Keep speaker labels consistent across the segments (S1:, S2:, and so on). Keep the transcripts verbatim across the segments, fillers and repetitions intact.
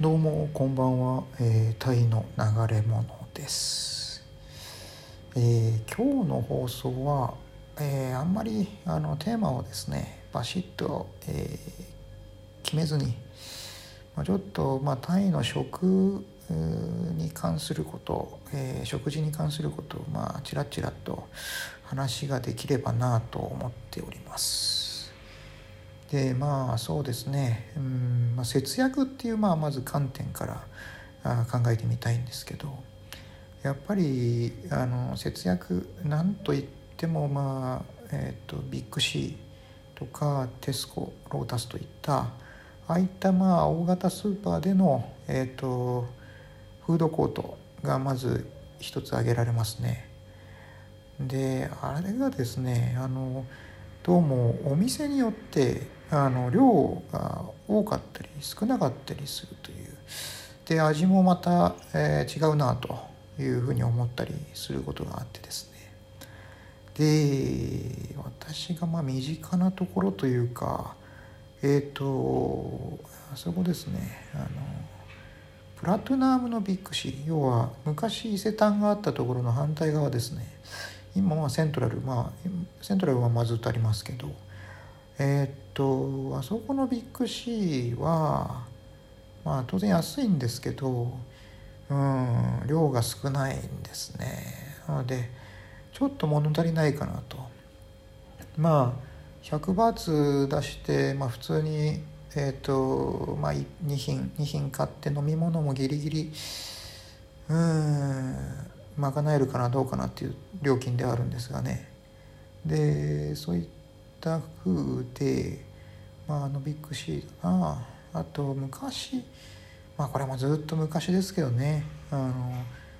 S1: どうもこんばんは、えー、タイの流れ物です、えー、今日の放送は、えー、あんまりあのテーマをですねバシッと、えー、決めずに、まあ、ちょっと、まあ、タイの食に関すること、えー、食事に関することを、まあ、ちらちらと話ができればなと思っております。でまあそうですね、うんまあ、節約っていう、まあ、まず観点からあ考えてみたいんですけど、やっぱりあの節約なんといっても、まあえー、とビッグシーとかテスコロータスといったああいったまあ大型スーパーでの、えー、とフードコートがまず一つ挙げられますね。であれがですねあのどうもお店によってあの量が多かったり少なかったりするという、で味もまた、えー、違うなというふうに思ったりすることがあってですね、で私がまあ身近なところというか、えっ、ー、とあそこですね、あのプラトナムのビッグシー、要は昔伊勢丹があったところの反対側ですね。今はセントラル、まあセントラルはまあずっとありますけど、えー、っとあそこのビッグシーはまあ当然安いんですけど、うん量が少ないんですね。なのでちょっと物足りないかなと。まあひゃくバーツ出して、まあ、普通にえー、っとまあに品に品買って飲み物もギリギリうん賄えるかなどうかなっていう料金ではあるんですがね。でそういった風で、まあ、あのビッグシーだなあと昔、まあこれもずっと昔ですけどね、あの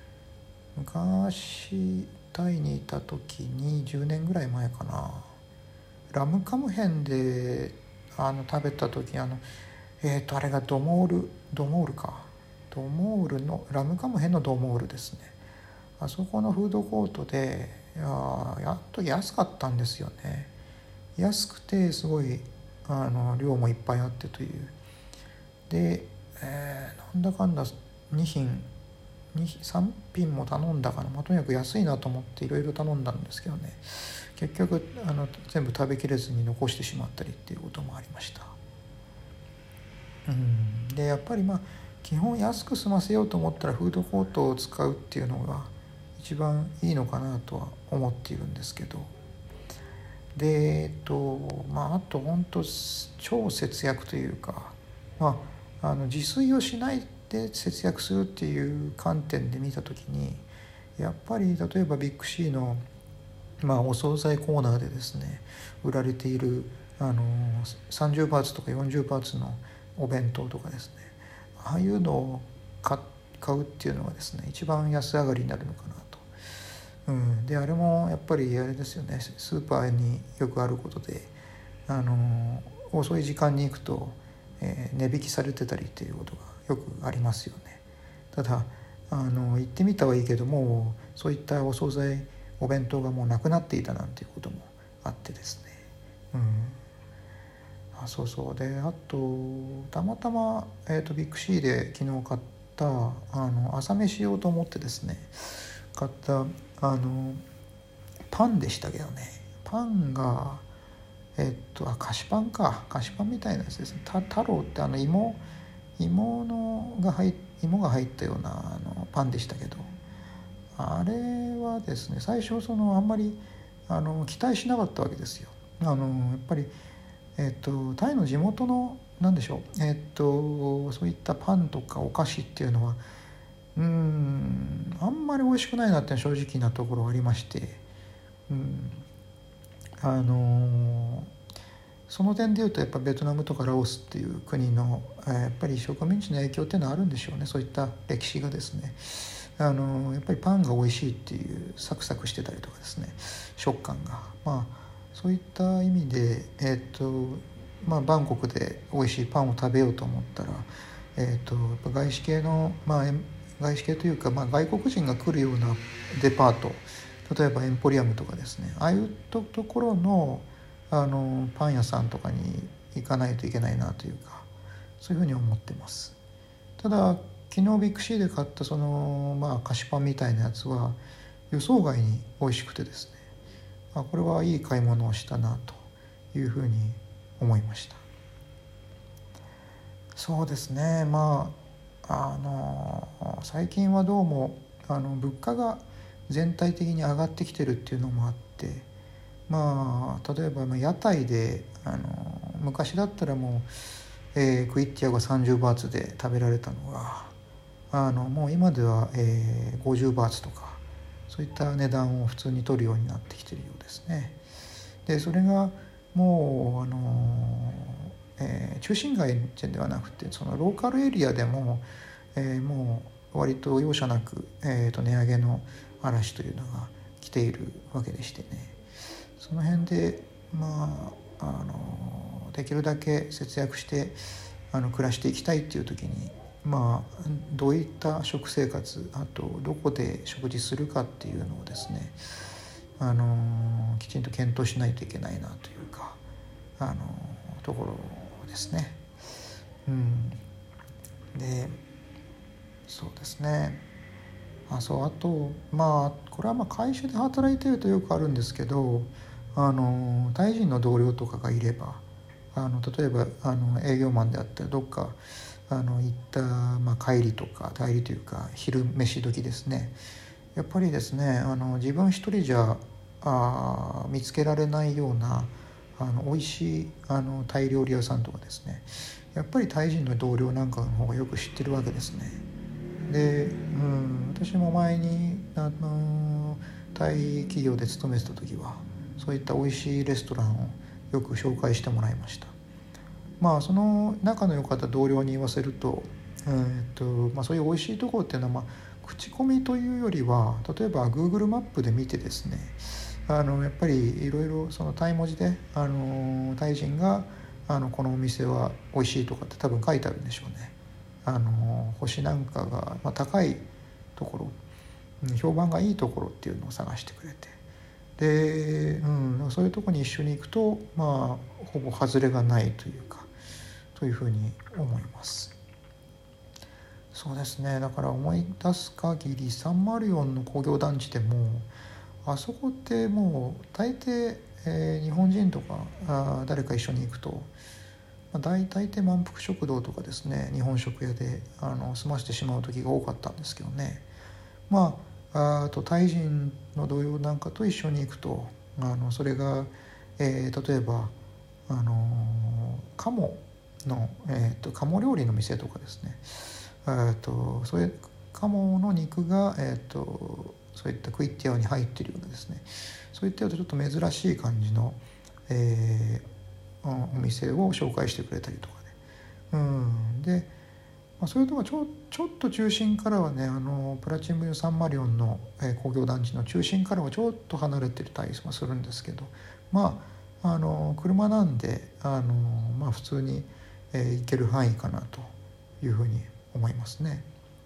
S1: 昔タイにいた時にじゅうねんぐらい前かな、ラムカムヘンであの食べた時あのえっ、ー、とあれがドモールドモールかドモールのラムカムヘンのドモールですね。あそこのフードコートでいややっと安かったんですよね。安くてすごいあの量もいっぱいあってというで、えー、なんだかんだに品さん品も頼んだかな、まあ、とにかく安いなと思っていろいろ頼んだんですけどね、結局あの全部食べきれずに残してしまったりっていうこともありました。うんでやっぱりまあ基本安く済ませようと思ったらフードコートを使うっていうのが一番いいのかなとは思っているんですけど、でえっとまああと本当超節約というか、まああの自炊をしないで節約するっていう観点で見た時に、やっぱり例えばビッグシーのまあお惣菜コーナーでですね売られているあのさんじゅうバーツとかよんじゅうバーツのお弁当とかですね、ああいうのを買うっていうのがですね一番安上がりになるのかなと。うん、であれもやっぱりあれですよね、スーパーによくあることで、あの遅い時間に行くと、えー、値引きされてたりっていうことがよくありますよね。ただあの行ってみたはいいけどもそういったお惣菜お弁当がもうなくなっていたなんていうこともあってですね、うんあそうそうであとたまたま、えー、とビッグシーで昨日買ったあの朝飯用と思ってですね買ったあのパンでしたけどね、パンがえっとあ菓子パンか菓子パンみたいなやつですね。た太郎ってあの芋芋のが入芋が入ったようなあのパンでしたけど、あれはですね最初そのあんまりあの期待しなかったわけですよ。あのやっぱりえっとタイの地元のなんでしょうえっとそういったパンとかお菓子っていうのはうーんあんまり美味しくないなって正直なところありまして、うんあのその点でいうとやっぱベトナムとかラオスっていう国のやっぱり植民地の影響っていうのはあるんでしょうね。そういった歴史がですねあのやっぱりパンが美味しいっていうサクサクしてたりとかですね食感がまあそういった意味でえっとまあバンコクで美味しいパンを食べようと思ったらえっとやっぱ外資系のまあ外資系というか、まあ、外国人が来るようなデパート、例えばエンポリアムとかですねああいうところのあのパン屋さんとかに行かないといけないなというかそういうふうに思ってます。 ただ昨日ビッグシーで買ったそのまあ菓子パンみたいなやつは予想外に美味しくてですね、あ、これはいい買い物をしたなというふうに思いました。そうですね、まああの最近はどうもあの物価が全体的に上がってきてるっていうのもあって、まあ例えば屋台であの昔だったらもう、えー、クイッティアがさんじゅうバーツで食べられたのがあのもう今では、えー、ごじゅうバーツとかそういった値段を普通に取るようになってきているようですね。でそれがもうあの、えー、中心街ではなくてそのローカルエリアでも、えー、もう割と容赦なく、えー、と値上げの嵐というのが来ているわけでしてね、その辺でまああのできるだけ節約してあの暮らしていきたいっていう時に、まあどういった食生活、あとどこで食事するかっていうのをですね、あのきちんと検討しないといけないなというか、あのところですね。うん、でそうですね、あそうあとまあこれはまあ会社で働いているとよくあるんですけど、あのタイ人の同僚とかがいれば、あの例えばあの営業マンであったりどっかあの行った、まあ、帰りとか帰りというか昼飯時ですね、やっぱりですねあの自分一人じゃあ見つけられないようなあの美味しいあのタイ料理屋さんとかですね、やっぱりタイ人の同僚なんかの方がよく知ってるわけですね。で、うん、私も前にあのタイ企業で勤めてた時はそういった美味しいレストランをよく紹介してもらいました。まあその仲の良かった同僚に言わせると、えーっとまあ、そういう美味しいところっていうのは、まあ、口コミというよりは例えば Google マップで見てですね、あのやっぱりいろいろそのタイ文字であのタイ人があのこのお店は美味しいとかって多分書いてあるんでしょうね。あの星なんかが、まあ、高いところ、評判がいいところっていうのを探してくれて、で、うん、そういうところに一緒に行くとまあほぼ外れがないというかというふうに思います。そうですね、だから思い出す限りさんまるよんの工業団地でもあそこってもう大抵、えー、日本人とかあ誰か一緒に行くと、まあ、大大抵満腹食堂とかですね日本食屋であの済ましてしまう時が多かったんですけどね、まああとタイ人の同僚なんかと一緒に行くとあのそれが、えー、例えばあの鴨の、えー、と鴨料理の店とかですね、えー、とそういう鴨の肉が、えー、とそういったクイッティアに入っているようなですね、そういったちょっと珍しい感じの、えー、お店を紹介してくれたりとかね、うんで、まあ、それとはちょちょっと中心からはねあのプラチナムさんまるよんの、えー、工業団地の中心からはちょっと離れてたりもするんですけど、まああの車なんであの、まあ、普通に、えー、行ける範囲かなというふうに思いますね。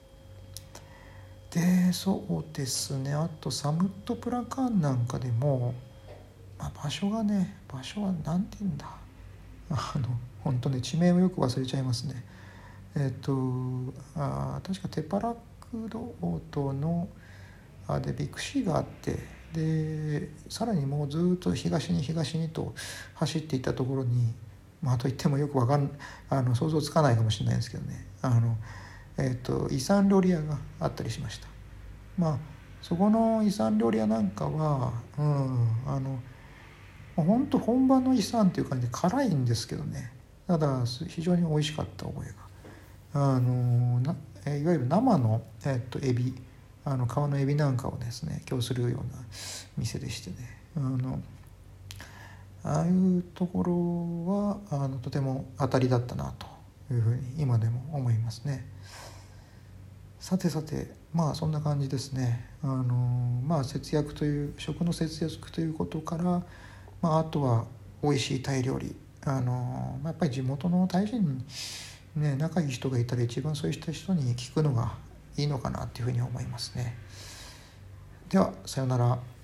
S1: でそうですね、あとサムットプラカンなんかでも、まあ、場所がね場所は何て言うんだあの本当ね地名をよく忘れちゃいますね。えっ、とあ確かテパラクロートのあでビクシーがあって、でさらにもうずっと東に東にと走っていったところに、まあといってもよくわかんあの想像つかないかもしれないですけどね、あのえー、と遺産料理屋があったりしました。まあそこの遺産料理屋なんかは、うん、あの本当本場の遺産っていう感じで辛いんですけどね、ただ非常に美味しかった覚えが、あのないわゆる生の、えー、とエビあの川のエビなんかをですね供するような店でしてね、あのああいうところはあのとても当たりだったなというふうに今でも思いますね。さてさて、まあそんな感じですね。あのまあ節約という食の節約ということから、まあ、あとは美味しいタイ料理、あのやっぱり地元のタイ人に、ね、仲いい人がいたら一番そうした人に聞くのがいいのかなというふうに思いますね。ではさようなら。